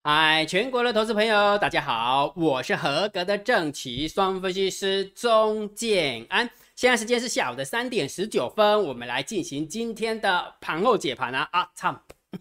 嗨，全国的投资朋友，大家好，我是合格的正奇双分析师钟建安。现在时间是下午的3:19，我们来进行今天的盘后解盘操！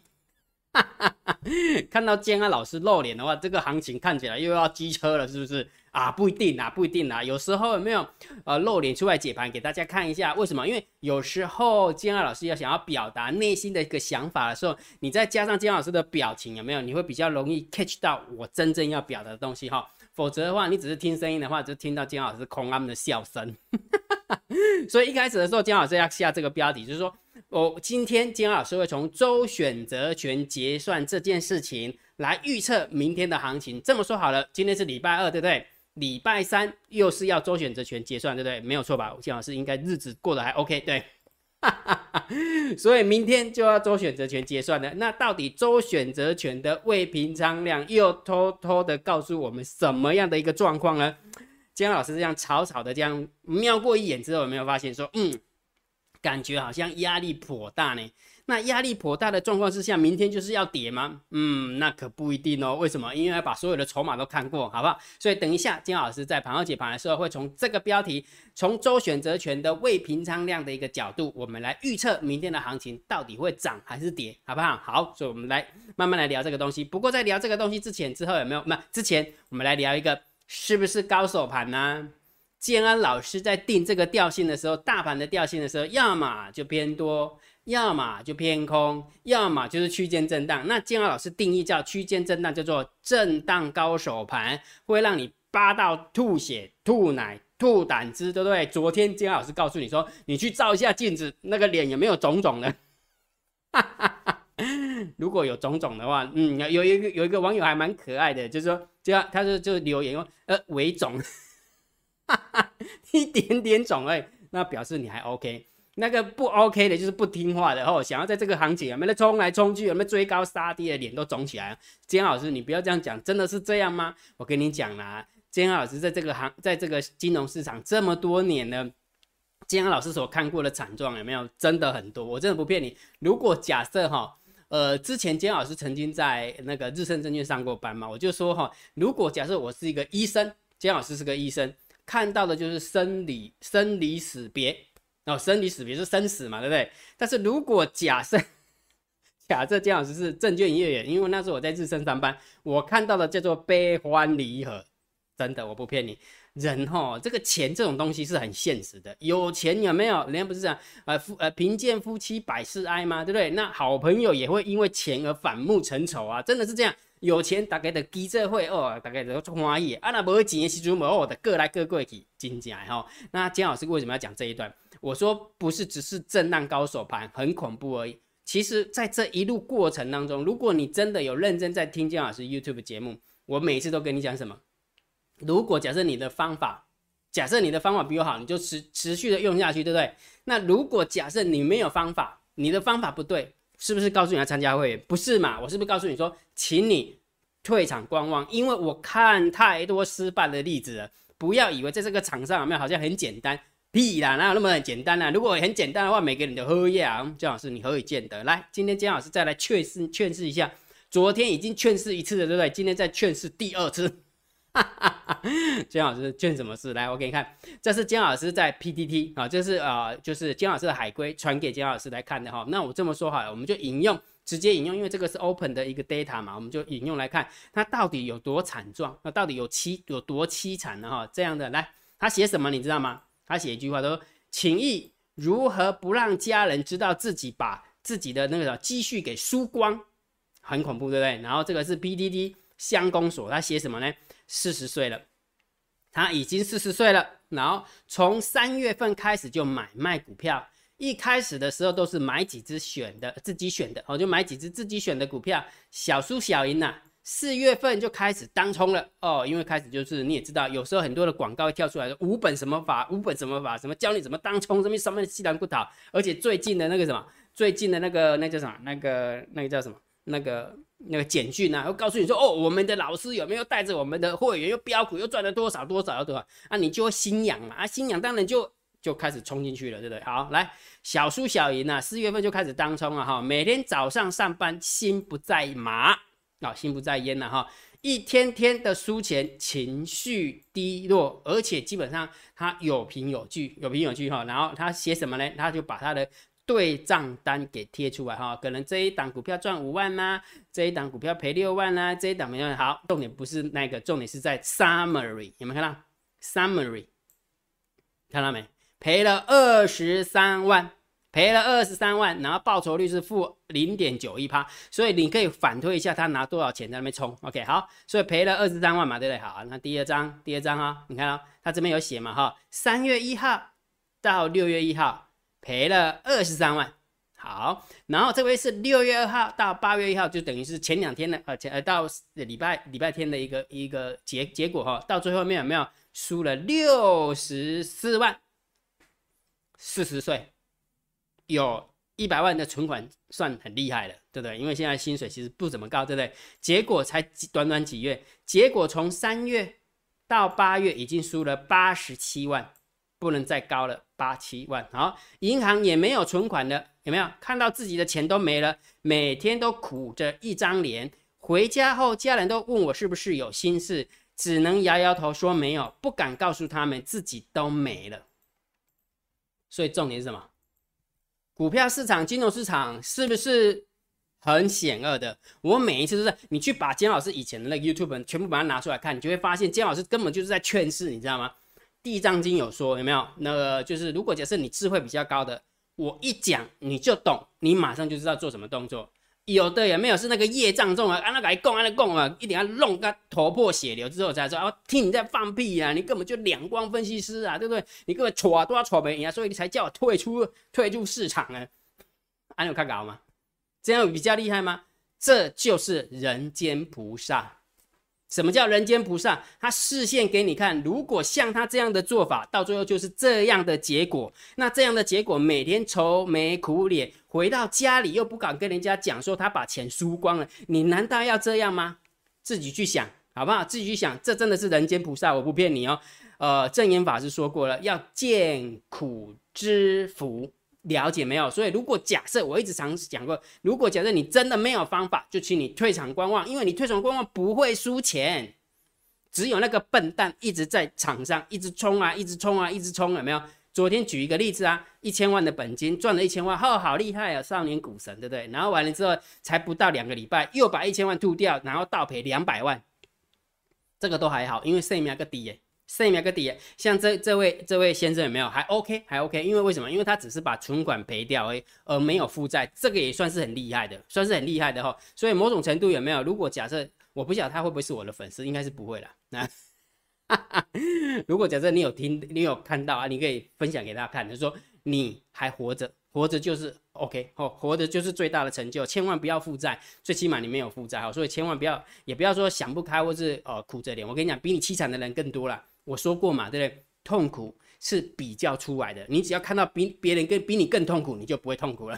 看到建安老师露脸的话，这个行情看起来又要机车了，是不是啊？不一定啦，不一定啦。有时候有没有露脸出来解盘给大家看一下？为什么？因为有时候建安老师想要表达内心的一个想法的时候，你再加上建安老师的表情，有没有？你会比较容易 catch 到我真正要表达的东西哈。否则的话，你只是听声音的话，就听到建安老师空安的笑声。所以一开始的时候，建安老师要下这个标题，就是说。今天金老师会从周选择权结算这件事情来预测明天的行情。这么说好了，今天是礼拜二，对不对？礼拜三又是要周选择权结算，对不对？没有错吧？金老师应该日子过得还 OK， 对。所以明天就要周选择权结算了。那到底周选择权的未平仓量又偷偷的告诉我们什么样的一个状况呢？金老师这样草草的这样瞄过一眼之后，有没有发现说，感觉好像压力颇大呢。那压力颇大的状况之下，明天就是要跌吗？那可不一定哦。为什么？因为要把所有的筹码都看过，好不好？所以等一下，金老师在盘后解盘的时候，会从这个标题，从周选择权的未平仓量的一个角度，我们来预测明天的行情到底会涨还是跌，好不好？好，所以我们来慢慢来聊这个东西。不过在聊这个东西之前、之后有没有？之前我们来聊一个是不是高手盘呢？建安老师在定这个调性的时候，大盘的调性的时候，要么就偏多，要么就偏空，要么就是区间震荡。那建安老师定义叫区间震荡，叫做震荡高手盘，会让你扒到吐血、吐奶、吐胆汁，对不对？昨天建安老师告诉你说，你去照一下镜子，那个脸有没有肿肿的？如果有肿肿的话，有一个网友还蛮可爱的，就是说，他就留言说，微肿。一点点肿而已，那表示你还 OK。那个不 OK 的，就是不听话的，想要在这个行情有没有冲来冲去，有没有追高杀低的脸都肿起来了。建安老师，你不要这样讲，真的是这样吗？我跟你讲啦，建安老师在这个金融市场这么多年了，建安老师所看过的惨状有没有真的很多？我真的不骗你。如果假设之前建安老师曾经在那个日盛证券上过班嘛，我就说如果假设我是一个医生，建安老师是个医生。看到的就是生离死别，生离死别是生死嘛，对不对？但是如果假设姜老师是证券营业员，因为那时候我在日升上班，我看到的叫做悲欢离合，真的我不骗你。人这个钱这种东西是很现实的，有钱有没有？人家不是讲贫贱夫妻百事哀吗？对不对？那好朋友也会因为钱而反目成仇啊，真的是这样。有钱大家就记者会大家就欢喜啊，那没钱的时候就各来各过去，真正的那姜老师为什么要讲这一段？我说不是只是震荡高手盘很恐怖而已。其实在这一路过程当中，如果你真的有认真在听姜老师 YouTube 节目，我每次都跟你讲什么？如果假设你的方法比我好，你就持续的用下去，对不对？那如果假设你没有方法，你的方法不对，是不是告诉你要参加会员？不是嘛？我是不是告诉你说，请你退场观望？因为我看太多失败的例子了。不要以为在这个场上有没有好像很简单，屁啦，哪有那么简单啊？如果很简单的话，每个人都喝呀。姜老师，你何以见得？来，今天姜老师再来劝示一下。昨天已经劝示一次了，对不对？今天再劝示第二次。姜老师劝什么事？来，我给你看，这是姜老师在 PTT 这是就是姜老师的海龟传给姜老师来看的那我这么说好了，我们就直接引用，因为这个是 open 的一个 data 嘛，我们就引用来看它到底有多惨状，那到底有多凄惨呢？这样的，来，他写什么你知道吗？他写一句话说，请益如何不让家人知道自己把自己的那个积蓄给输光，很恐怖，对不对？然后这个是 PTT 乡公所，他写什么呢？40岁了，他已经40岁了，然后从3月份开始就买卖股票，一开始的时候都是买几只自己选的，就买几只自己选的股票，小输小赢啊。4月份就开始当冲了因为开始就是你也知道，有时候很多的广告会跳出来说五本什么法，什么教你怎么当冲，上面的西兰不倒，而且最近的那个什么，最近的那个叫什么，那个叫什么，那个简讯会告诉你说我们的老师有没有带着我们的会员又标股又赚了多少你就会心痒嘛心痒当然就开始冲进去了，对不对？好，来小输小赢4月份就开始当冲了每天早上上班心不在马心不在焉了哈，一天天的输钱，情绪低落，而且基本上他有凭有据哈。然后他写什么呢？他就把他的对账单给贴出来哈，可能这一档股票赚5万啦，这一档股票赔6万啦，这一档没有好，重点不是那个，重点是在 summary， 有没有看到 summary？ 看到没？赔了23万。赔了23万，然后报酬率是负 0.91%， 所以你可以反推一下他拿多少钱在那边冲。OK， 好，所以赔了23万嘛，对不对？好，那第二章啊，你看到他这边有写嘛哈，3月1号到6月1号赔了23万。好，然后这位是6月2号到8月1号，就等于是前2天的到礼拜天的一个结果哈，到最后面有没有输了64万？40岁。有100万的存款算很厉害了，对不对？因为现在薪水其实不怎么高，对不对？结果才短短几月，结果从3月到8月已经输了87万，不能再高了，87万。好，银行也没有存款了，有没有看到自己的钱都没了？每天都苦着一张脸，回家后家人都问我是不是有心事，只能摇摇头说没有，不敢告诉他们自己都没了。所以重点是什么？股票市场、金融市场是不是很险恶的？我每一次都是，你去把姜老师以前的那个 YouTube 全部把它拿出来看，你就会发现姜老师根本就是在劝世，你知道吗？地藏经有说，有没有？那个就是，如果假设你智慧比较高的，我一讲你就懂，你马上就知道做什么动作。有的有没有是那个业障重啊？那个供啊，供啊，一定要弄个头破血流之后才说，哦，听你在放屁啊！你根本就两光分析师啊，对不对？你根本错都要错没赢啊，所以你才叫我退出市场啊！你有看稿吗？这样比较厉害吗？这就是人间菩萨。什么叫人间菩萨？他示现给你看，如果像他这样的做法，到最后就是这样的结果。那这样的结果，每天愁眉苦脸，回到家里又不敢跟人家讲说他把钱输光了，你难道要这样吗？自己去想，好不好？自己去想，这真的是人间菩萨，我不骗你哦。正言法师说过了，要见苦知福。了解没有？所以如果假设我一直常讲过，如果假设你真的没有方法，就请你退场观望，因为你退场观望不会输钱，只有那个笨蛋一直在场上一直冲啊，一直冲啊，一直冲，有没有？昨天举一个例子啊，1000万的本金赚了1000万，好厉害啊，少年股神，对不对？然后完了之后才不到2个礼拜，又把1000万吐掉，然后倒赔200万，这个都还好，因为剩1个底耶。像这位先生有没有还 OK 还 OK？ 因为为什么？因为他只是把存款赔掉而没有负债，这个也算是很厉害的，哈。所以某种程度有没有？如果假设我不晓得他会不会是我的粉丝，应该是不会啦。那如果假设你有看到啊，你可以分享给他看，就说你还活着，活着就是 OK 活着就是最大的成就，千万不要负债，最起码你没有负债所以千万也不要说想不开或是苦着脸。我跟你讲，比你凄惨的人更多啦。我说过嘛，对不对？痛苦是比较出来的，你只要看到别人比你更痛苦，你就不会痛苦了。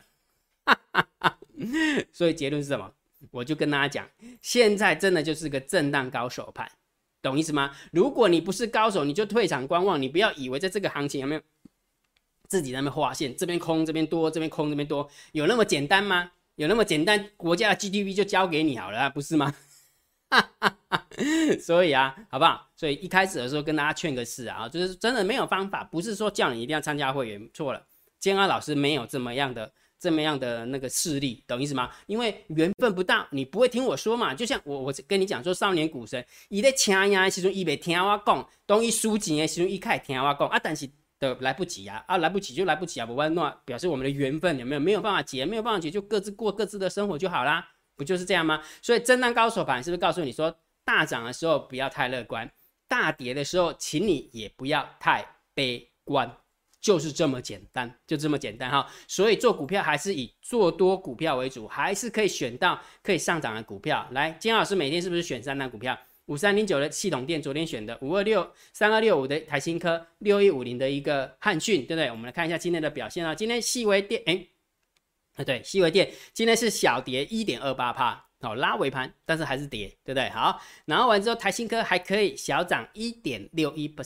所以结论是什么？我就跟大家讲，现在真的就是个震荡高手盘，懂意思吗？如果你不是高手，你就退场观望，你不要以为在这个行情有没有自己在那边画线，这边空这边多，这边空这边多，有那么简单吗？有那么简单？国家的 GDP 就交给你好了不是吗？所以啊，好不好？所以一开始的时候跟大家劝个事啊，就是真的没有方法，不是说叫你一定要参加会员，错了。建安老师没有这么样的那个势力，懂意思吗？因为缘分不到，你不会听我说嘛。就像我跟你讲说，少年股神，伊在请呀的时候，伊没听我讲；当伊输钱的时候，伊开始听我讲啊。但是都来不及啊，来不及就来不及啊，不然那表示我们的缘分有没有办法结？没有办法结，就各自过各自的生活就好啦。不就是这样吗？所以震荡高手盘是不是告诉你说，大涨的时候不要太乐观，大跌的时候请你也不要太悲观，就是这么简单，就这么简单哈。所以做股票还是以做多股票为主，还是可以选到可以上涨的股票。来，金老师每天是不是选3档股票？5309的系统电昨天选的，3265的台新科，6150的一个汉讯，对不对？我们来看一下今天的表现啊。今天细微电对，细微电今天是小跌 1.28%， 拉尾盘，但是还是跌，对不对？好，然后完之后台新科还可以小涨 1.61%，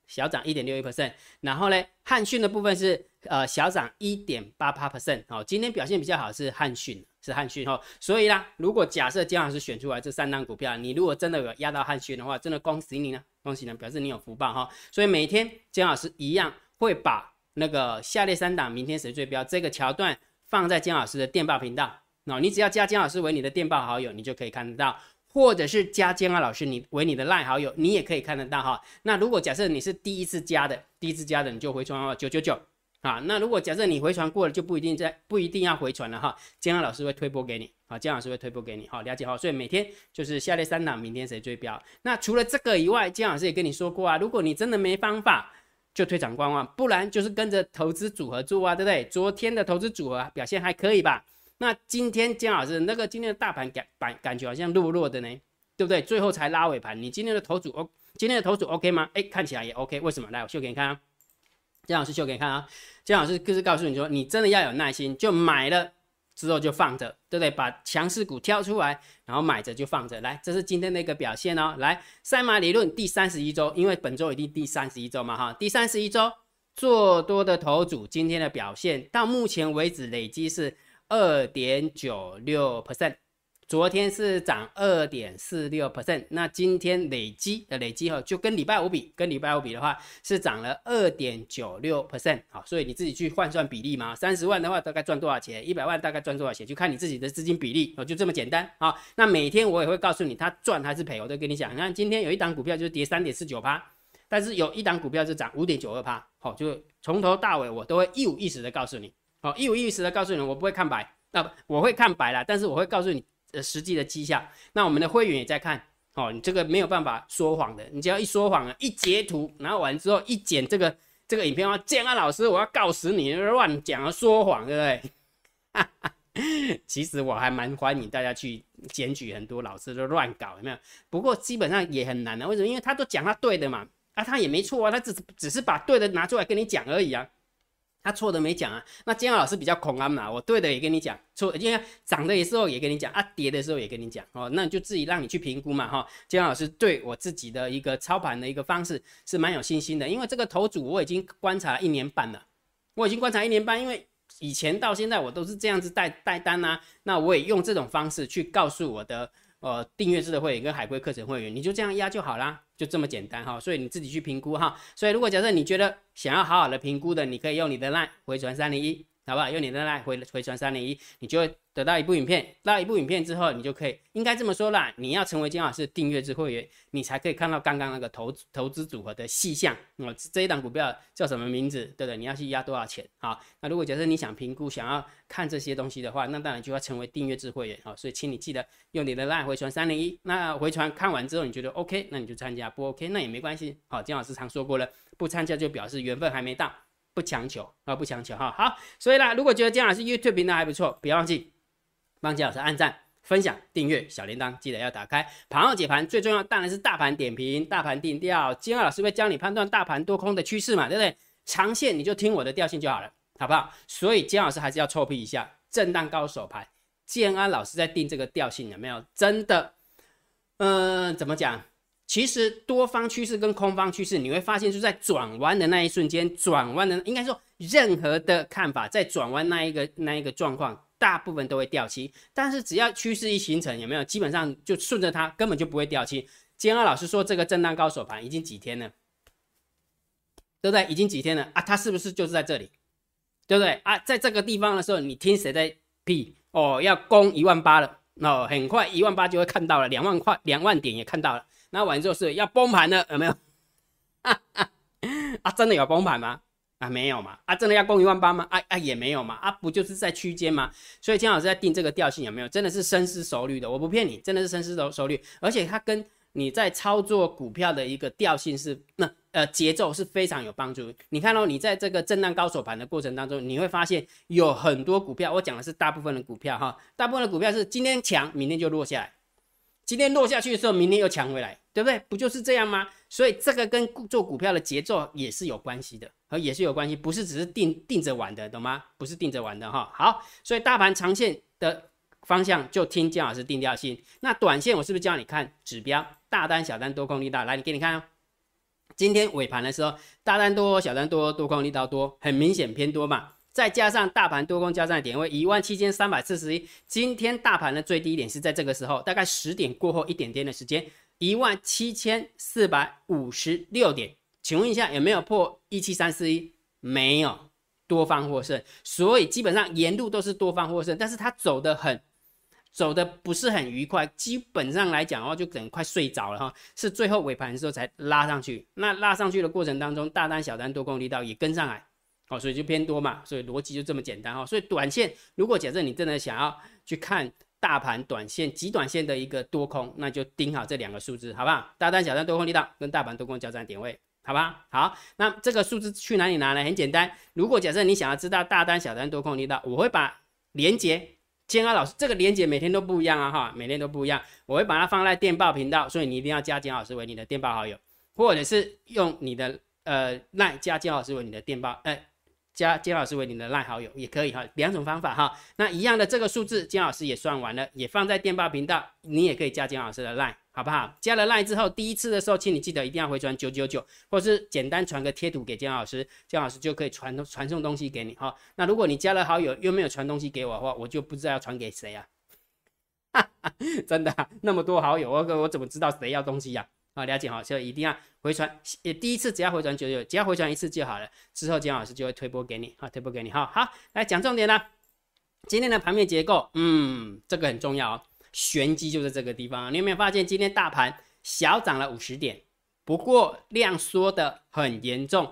小涨 1.61%， 然后呢，汉讯的部分是小涨 1.88%， 哦，今天表现比较好是汉讯哦，所以啦，如果假设姜老师选出来这3档股票，你如果真的有压到汉讯的话，真的恭喜你呢，恭喜你，表示你有福报哈。所以每天姜老师一样会把那个下列3档明天谁最标这个桥段放在姜老师的电报频道，哦，你只要加姜老师为你的电报好友，你就可以看得到。或者是加姜老师为你的 LINE 好友，你也可以看得到哈。那如果假设你是第一次加的，你就回传到999啊。那如果假设你回传过了，就不一定要回传了哈。姜老师会推播给你啊，姜老师会推播给你，好，了解哈。所以每天就是下列3档，明天谁追标。那除了这个以外，姜老师也跟你说过啊，如果你真的没方法，就退场观望，不然就是跟着投资组合做啊，对不对？昨天的投资组合表现还可以吧？那今天姜老师那个今天的大盘感觉好像弱弱的呢，对不对？最后才拉尾盘。你今天的投组 OK 吗？哎，看起来也 OK。为什么？来，我秀给你看啊。姜老师秀给你看啊。姜老师就是告诉你说，你真的要有耐心，就买了之后就放着，对不对？把强势股挑出来，然后买着就放着。来，这是今天的一个表现哦。来，赛马理论第31周，因为本周已经第31周嘛哈，第31周做多的投组今天的表现到目前为止累积是2.96%， 昨天是涨 2.46%， 那今天累积就跟礼拜五比的话是涨了 2.96%， 好，所以你自己去换算比例嘛，30万的话大概赚多少钱，100万大概赚多少钱，就看你自己的资金比例，就这么简单。好，那每天我也会告诉你它赚还是赔，我都跟你讲。你看今天有一档股票就是跌 3.49%， 但是有一档股票是涨 5.92%， 好，就从头到尾我都会一五一十的告诉你。哦，一五一十的告诉你，我不会看白，我会看白啦，但是我会告诉你实际的绩效。那我们的会员也在看，哦，你这个没有办法说谎的，你只要一说谎了，一截图，然后完之后一剪这个影片话，建安老师，我要告死你，乱讲啊，说谎，对不对？其实我还蛮欢迎大家去检举很多老师都乱搞，有没有？不过基本上也很难的，为什么？因为他都讲他对的嘛，啊，他也没错啊，他只是把对的拿出来跟你讲而已啊。他错的没讲啊，那姜老师比较恐安嘛，我对的也跟你讲，错因为涨的时候也跟你讲啊，跌的时候也跟你讲哦，那你就自己让你去评估嘛哈。姜老师对我自己的一个操盘的一个方式是蛮有信心的，因为这个投组我已经观察了1年半了，因为以前到现在我都是这样子带单啊，那我也用这种方式去告诉我的订阅制的会员跟海龟课程会员，你就这样压就好啦，就这么简单哈，所以你自己去评估哈。所以如果假设你觉得想要好好的评估的，你可以用你的 LINE 回传301，好不好？用你的 LINE 回传301，你就会得到一部影片。到一部影片之后，你就可以，应该这么说啦，你要成为姜老师订阅制会员，你才可以看到刚刚那个投资组合的细项。这一档股票叫什么名字，对不对？你要去压多少钱？好，那如果假设你想评估，想要看这些东西的话，那当然就要成为订阅制会员。好，所以请你记得用你的 LINE 回传301。那回传看完之后，你觉得 OK， 那你就参加；不 OK， 那也没关系。好，姜老师常说过了，不参加就表示缘分还没到。不强求啊，不强求哈。好，所以啦，如果觉得姜老师 YouTube 频道还不错，不要忘记帮姜老师按赞、分享、订阅小铃铛，记得要打开。盘后解盘最重要当然是大盘点评、大盘定调。姜老师会教你判断大盘多空的趋势嘛，对不对？长线你就听我的调性就好了，好不好？所以姜老师还是要臭屁一下，震荡高手盘。建安老师在定这个调性有没有？真的，怎么讲？其实多方趋势跟空方趋势，你会发现就在转弯的那一瞬间，应该说任何的看法在转弯那一个状况，大部分都会掉期。但是只要趋势一形成，有没有？基本上就顺着它，根本就不会掉期。建安老师说这个震荡高手盘已经几天了，对不对？已经几天了啊？它是不是就是在这里？对不对啊？在这个地方的时候，你听谁在屁哦？要攻18000了哦，很快18000就会看到了，2万点也看到了。那完之后是要崩盘了，有没有？啊，真的有崩盘吗？啊，没有嘛。啊，真的要攻18000吗？也没有嘛。啊，不就是在区间吗？所以姜老师在定这个调性有没有？真的是深思熟虑的，我不骗你，真的是深思熟虑。而且它跟你在操作股票的一个调性是节奏是非常有帮助。你看到你在这个震荡高手盘的过程当中，你会发现有很多股票，我讲的是大部分的股票哈，大部分的股票是今天强，明天就落下来。今天落下去的时候，明天又强回来，对不对？不就是这样吗？所以这个跟做股票的节奏也是有关系的，也是有关系，不是只是定着玩的，懂吗？不是定着玩的哈。好，所以大盘长线的方向就听姜老师定调性。那短线我是不是教你看指标？大单、小单、多空力道？来，你给你看哦。 今天尾盘的时候，大单多、小单多、多空力道多，很明显偏多嘛。再加上大盘多空交战的点位17341，今天大盘的最低点是在这个时候，大概10点过后一点点的时间，17456点。请问一下，有没有破17341？没有，多方获胜。所以基本上沿路都是多方获胜，但是它走的不是很愉快，基本上来讲的话，就可能快睡着了哈。是最后尾盘的时候才拉上去，那拉上去的过程当中，大单、小单、多空力道也跟上来，哦，所以就偏多嘛，所以逻辑就这么简单哈。所以短线，如果假设你真的想要去看大盘短线、极短线的一个多空，那就盯好这2个数字，好不好？大单、小单、多空力道跟大盘多空交战点位。好吧，好，那这个数字去哪里拿呢？很简单，如果假设你想要知道大单、小单、多空力道，我会把连结，建安老师这个连结每天都不一样啊哈，每天都不一样，我会把它放在电报频道，所以你一定要加建安老师为你的电报好友，或者是用你的LINE 加建安老师为你的电报，加建安老师为你的 LINE 好友也可以哈，2种方法哈。那一样的这个数字，建安老师也算完了，也放在电报频道，你也可以加建安老师的 LINE。好不好？加了 LINE 之后，第一次的时候，请你记得一定要回传999，或是简单传个贴图给姜老师，姜老师就可以传送东西给你哈。那如果你加了好友又没有传东西给我的话，我就不知道要传给谁啊。真的、啊，那么多好友，我怎么知道谁要东西呀、啊？了解哈，所以一定要回传，第一次只要回传999，只要回传1次就好了。之后姜老师就会推播给你，推播给你哈。好，来讲重点啦。今天的盘面结构，这个很重要哦。玄机就在这个地方，你有没有发现今天大盘小涨了50点，不过量缩的很严重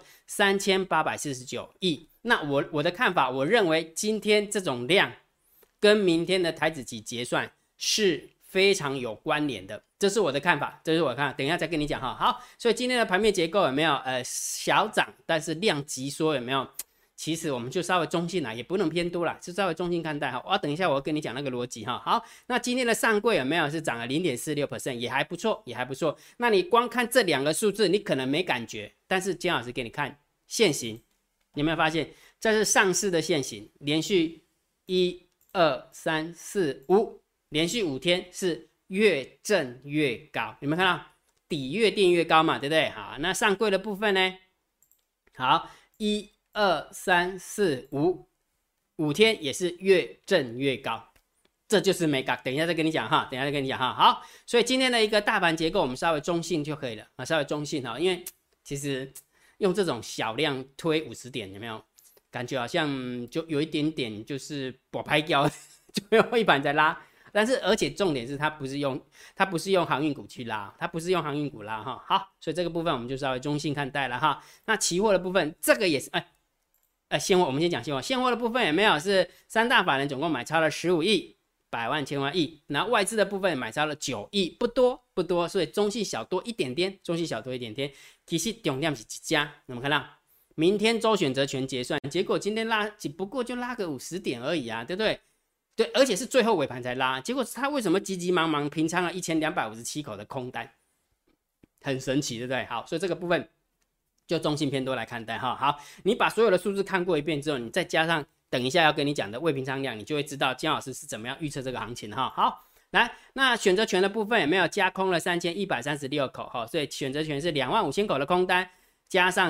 ，3849亿。那我的看法，我认为今天这种量跟明天的台指期结算是非常有关联的，这是我的看法，这是我的看法，等一下再跟你讲哈。好，所以今天的盘面结构有没有小涨，但是量急缩有没有？其实我们就稍微中性啦，也不能偏多啦，就稍微中性看待哈。等一下我跟你讲那个逻辑哈。好，那今天的上柜有没有是涨了0.46%，也还不错，也还不错。那你光看这2个数字，你可能没感觉，但是姜老师给你看线型，你有没有发现这是上市的线型，连续1、2、3、4、5，连续5天是越正越高，有没有看到底越垫越高嘛，对不对？好，那上柜的部分呢？好，1、2、3、4、5天也是越正越高，这就是美感。等一下再跟你讲哈，等一下再跟你讲哈。好，所以今天的一个大盘结构，我们稍微中性就可以了啊，稍微中性哈，因为其实用这种小量推50点，有没有感觉好像就有一点点就是bỏ拍掉，最后一盘在拉。但是而且重点是它不是用航运股去拉，它不是用航运股拉哈。好，所以这个部分我们就稍微中性看待了哈。那期货的部分，这个也是现货我们先讲现货，现货的部分有没有是3大法人总共买超了15亿，百万千万亿，然后外资的部分买超了9亿，不多，所以中性小多一点点，其实重点是一家，有没有看到？明天周选择权结算，结果今天只不过就拉个50点而已啊，对不对？对，而且是最后尾盘才拉，结果他为什么急急忙忙平仓了1257口的空单，很神奇，对不对？好，所以这个部分就中性偏多来看待哈。好，你把所有的数字看过一遍之后，你再加上等一下要跟你讲的未平仓量，你就会知道姜老师是怎么样预测这个行情哈。好，来，那选择权的部分有没有加空了3136口哈？所以选择权是25000口的空单，加上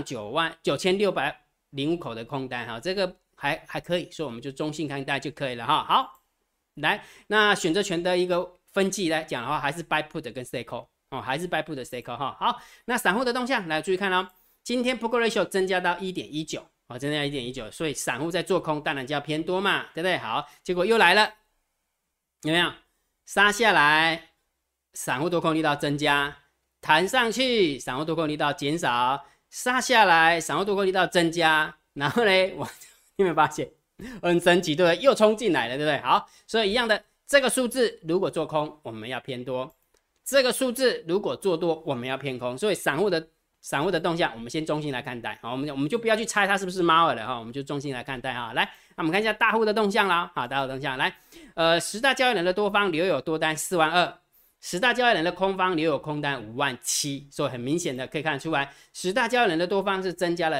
9605口的空单哈，这个还可以，所以我们就中性看待就可以了哈。好。来，那选择权的一个分季来讲的话，还是 buy put 跟 stay call 哦，还是 buy put stay call 哈。好，那散户的动向来注意看哦，今天 put ratio 增加到 1.19 哦，增加到 1.19， 所以散户在做空，当然就要偏多嘛，对不对？好，结果又来了，有没有？杀下来，散户多空力道增加，弹上去，散户多空力道减少，杀下来，散户多空力道增加，然后呢，你有没有发现？很神奇，对不对？又冲进来了，对不对？好，所以一样的，这个数字如果做空，我们要偏多；这个数字如果做多，我们要偏空。所以散户的动向，我们先中性来看待。好，我们就不要去猜它是不是猫了哈，我们就中性来看待哈。来，那我们看一下大户的动向啦。好，大户动向来，10大交易人的多方留有多单42000，10大交易人的空方留有空单57000，所以很明显的可以看得出来，10大交易人的多方是增加了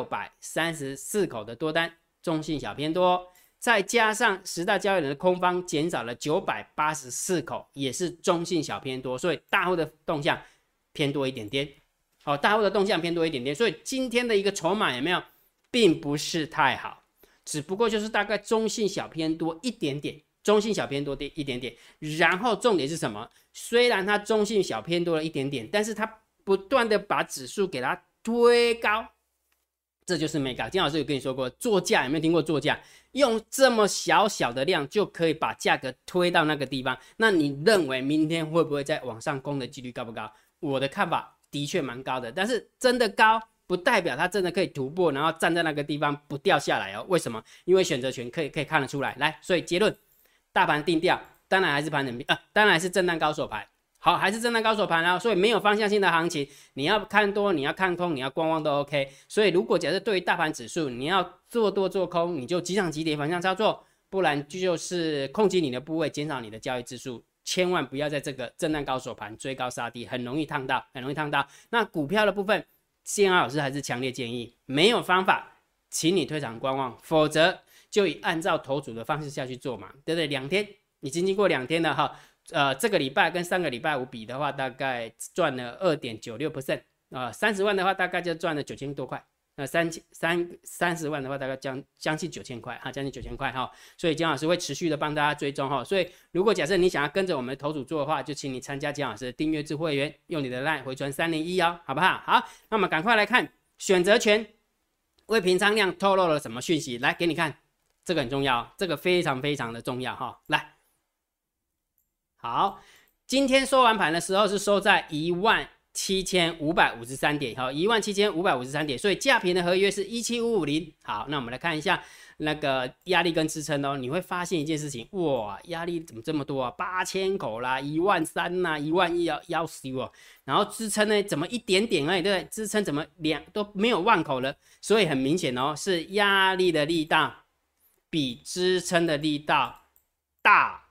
634口的多单。中性小偏多，再加上10大交易人的空方减少了984口，也是中性小偏多，所以大户的动向偏多一点点。 好，大户的动向偏多一点点，所以今天的一个筹码有没有，并不是太好，只不过就是大概中性小偏多一点点，中性小偏多一点点。然后重点是什么？虽然它中性小偏多了一点点，但是它不断的把指数给它推高，这就是美感。金老师有跟你说过，做价有没有听过做价？用这么小小的量就可以把价格推到那个地方，那你认为明天会不会再往上攻的几率高不高？我的看法的确蛮高的，但是真的高不代表它真的可以突破，然后站在那个地方不掉下来哦。为什么？因为选择权可以看得出来。来，所以结论，大盘定调，当然还是盘整当然还是震荡高手盘。好，还是震荡高手盘啊，所以没有方向性的行情，你要看多，你要看空，你要观望都 OK。所以如果假设对于大盘指数，你要做多做空，你就急涨急跌反向操作，不然就是控制你的部位，减少你的交易次数。千万不要在这个震荡高手盘追高杀低，很容易烫到，很容易烫到。那股票的部分，建安老师还是强烈建议，没有方法，请你退场观望，否则就以按照头组的方式下去做嘛，对不对？2天已经经过2天了哈。这个礼拜跟上个礼拜五比的话，大概赚了 2.96%， 30万的话大概就赚了9000多块，30万的话大概将近9000块哈，将近9000块哈，所以姜老师会持续的帮大家追踪哈，所以如果假设你想要跟着我们的头组做的话，就请你参加姜老师的订阅制会员，用你的 LINE 回传301哦，好不好？好，那么赶快来看选择权未平仓量透露了什么讯息，来给你看，这个很重要，这个非常非常的重要哈，来。好，今天收完盘的时候是收在17553点，好，17553点，所以价平的合约是17550。好，那我们来看一下那个压力跟支撑哦，你会发现一件事情，哇，压力怎么这么多啊？8000口啦，13000啦，11000要死哦。然后支撑呢，怎么一点点而已，对不对？支撑怎么都没有万口了？所以很明显哦，是压力的力道比支撑的力道大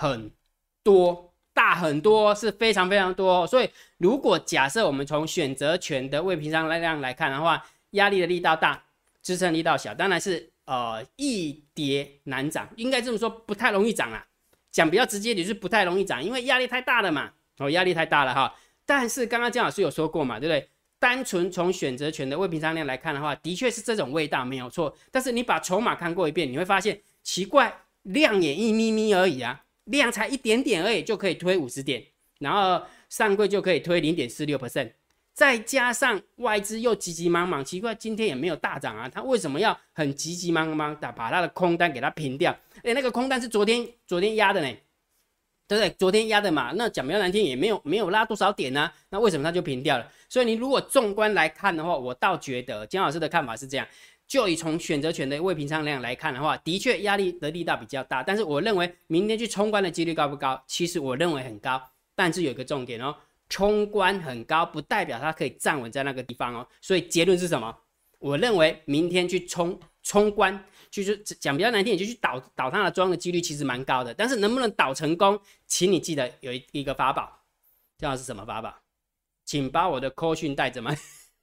大很多，是非常非常多，所以如果假设我们从选择权的未平仓量来看的话，压力的力道大，支撑力道小，当然是易跌难涨，应该这么说，不太容易涨啦。讲比较直接点，就是不太容易涨，因为压力太大了嘛，压力太大了哈。但是刚刚姜老师有说过嘛，对不对？单纯从选择权的未平仓量来看的话，的确是这种味道没有错。但是你把筹码看过一遍，你会发现奇怪，量也一咪咪而已啊。量才一点点而已，就可以推50点，然后上柜就可以推 0.46%， 再加上外资又急急忙忙，奇怪今天也没有大涨啊，他为什么要很急急忙忙的把他的空单给他平掉？那个空单是昨天压的呢，对不对？昨天压的嘛，那讲比较难听也没有拉多少点啊，那为什么他就平掉了？所以你如果纵观来看的话，我倒觉得姜老师的看法是这样。就以从选择权的未平仓量来看的话，的确压力的力道比较大，但是我认为明天去冲关的几率高不高？其实我认为很高，但是有一个重点哦，冲关很高不代表它可以站稳在那个地方哦。所以结论是什么？我认为明天去冲关，就是讲比较难听，你就去倒它的庄的几率其实蛮高的，但是能不能倒成功，请你记得有一个法宝，这样是什么法宝？请把我的扣讯带着吗？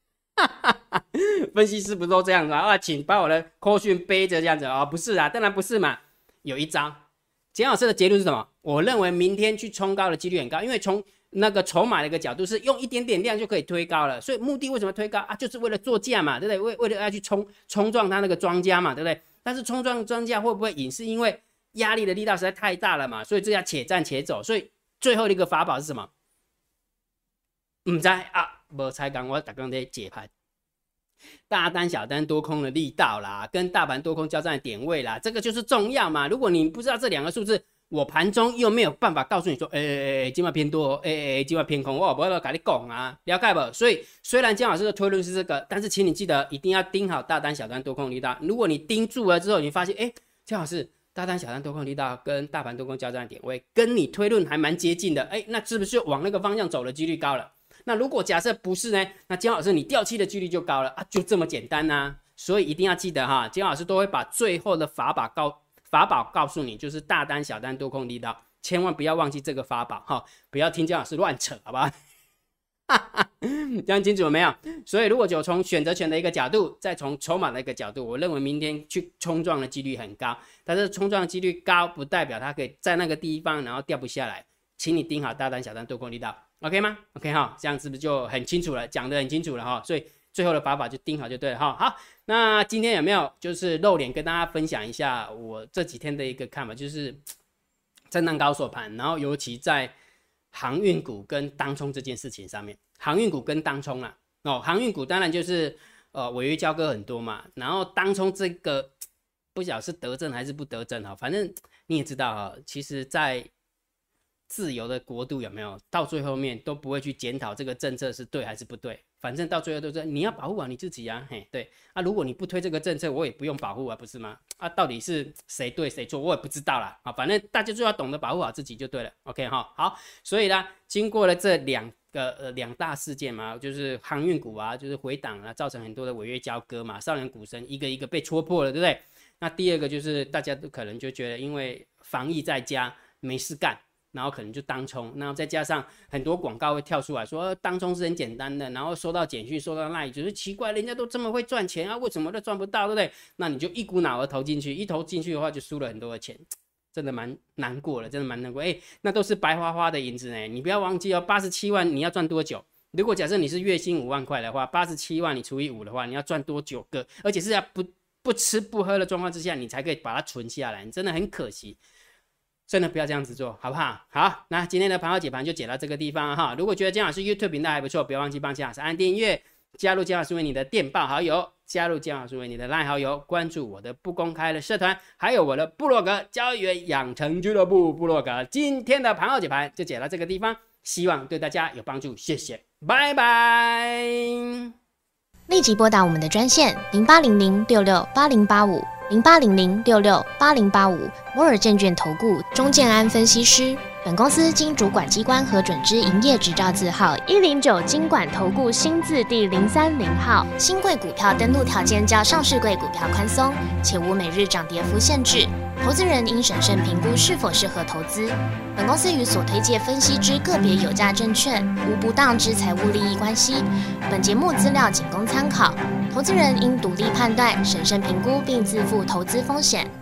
分析师不都这样子啊？请把我的扣讯背着这样子啊？不是啊，当然不是嘛。有一招，简老师的结论是什么？我认为明天去冲高的几率很高，因为从那个筹码的一个角度是用一点点量就可以推高了，所以目的为什么推高啊？就是为了做价嘛，对不对？为了要去冲撞它那个庄家嘛，对不对？但是冲撞庄家会不会赢？是因为压力的力道实在太大了嘛，所以这要且战且走。所以最后的一个法宝是什么？不知道啊，没猜刚我刚刚在解盘。大单小单多空的力道啦，跟大盘多空交战的点位啦，这个就是重要嘛。如果你不知道这两个数字，我盘中又没有办法告诉你说，今晚偏多，今晚偏空，我不要跟你讲啊，了解不？所以虽然姜老师的推论是这个，但是请你记得一定要盯好大单小单多空力道。如果你盯住了之后，你发现，姜老师大单小单多空力道跟大盘多空交战的点位，跟你推论还蛮接近的，那是不是往那个方向走的几率高了？那如果假设不是呢？那姜老师你掉期的几率就高了啊，就这么简单啊。所以一定要记得哈，姜老师都会把最后的法宝告诉你，就是大单小单多空力道，千万不要忘记这个法宝哈，不要听姜老师乱扯，好吧？这样清楚了没有？所以如果就从选择权的一个角度，再从筹码的一个角度，我认为明天去冲撞的几率很高，但是冲撞的几率高不代表它可以在那个地方然后掉不下来，请你盯好大单小单多空力道。 OK 吗 ？OK 哈，这样是不是就很清楚了？讲得很清楚了哈，所以最后的法就定好就对了哈。好，那今天有没有就是露脸跟大家分享一下我这几天的一个看法，就是震荡高手盘，然后尤其在航运股跟当冲这件事情上面，航运股跟当冲啦，航运股当然就是违约交割很多嘛，然后当冲这个不晓得是得正还是不得正哈，反正你也知道哈，其实在自由的国度有没有到最后面都不会去检讨这个政策是对还是不对，反正到最后都是你要保护好你自己啊，嘿，对啊，如果你不推这个政策，我也不用保护啊，不是吗？啊，到底是谁对谁错，我也不知道啦，啊，反正大家就要懂得保护好自己就对了 ，OK 哈，好，所以呢，经过了这两大事件嘛，就是航运股啊，就是回档啊，造成很多的违约交割嘛，少年股神一个一个被戳破了，对不对？那第二个就是大家都可能就觉得，因为防疫在家没事干。然后可能就当冲，然后再加上很多广告会跳出来说当冲是很简单的，然后收到简讯收到那里就是奇怪，人家都这么会赚钱啊，为什么都赚不到，对不对？那你就一股脑儿投进去，一投进去的话就输了很多的钱，真的蛮难过了，真的蛮难过。那都是白花花的银子呢，你不要忘记哦，87万你要赚多久？如果假设你是月薪5万块的话，87万你除以5的话，你要赚多久个？而且是要不吃不喝的状况之下，你才可以把它存下来，你真的很可惜。真的不要这样子做，好不好？好，那今天的盘后解盘就解到这个地方哈。如果觉得姜老师 YouTube 频道还不错，不要忘记帮姜老师按订阅，加入姜老师为你的电报好友，加入姜老师为你的 LINE 好友，关注我的不公开的社团，还有我的部落格交易员养成俱乐部部落格。今天的盘后解盘就解到这个地方，希望对大家有帮助，谢谢，拜拜。 立即拨打我们的专线08006680850800668085摩尔证券投顾钟建安分析师。本公司经主管机关核准之营业执照字号109金管投顾新字第030号。新贵股票登录条件较上市贵股票宽松，且无每日涨跌幅限制。投资人应审慎评估是否适合投资。本公司与所推介分析之个别有价证券无不当之财务利益关系。本节目资料仅供参考，投资人应独立判断、审慎评估并自负投资风险。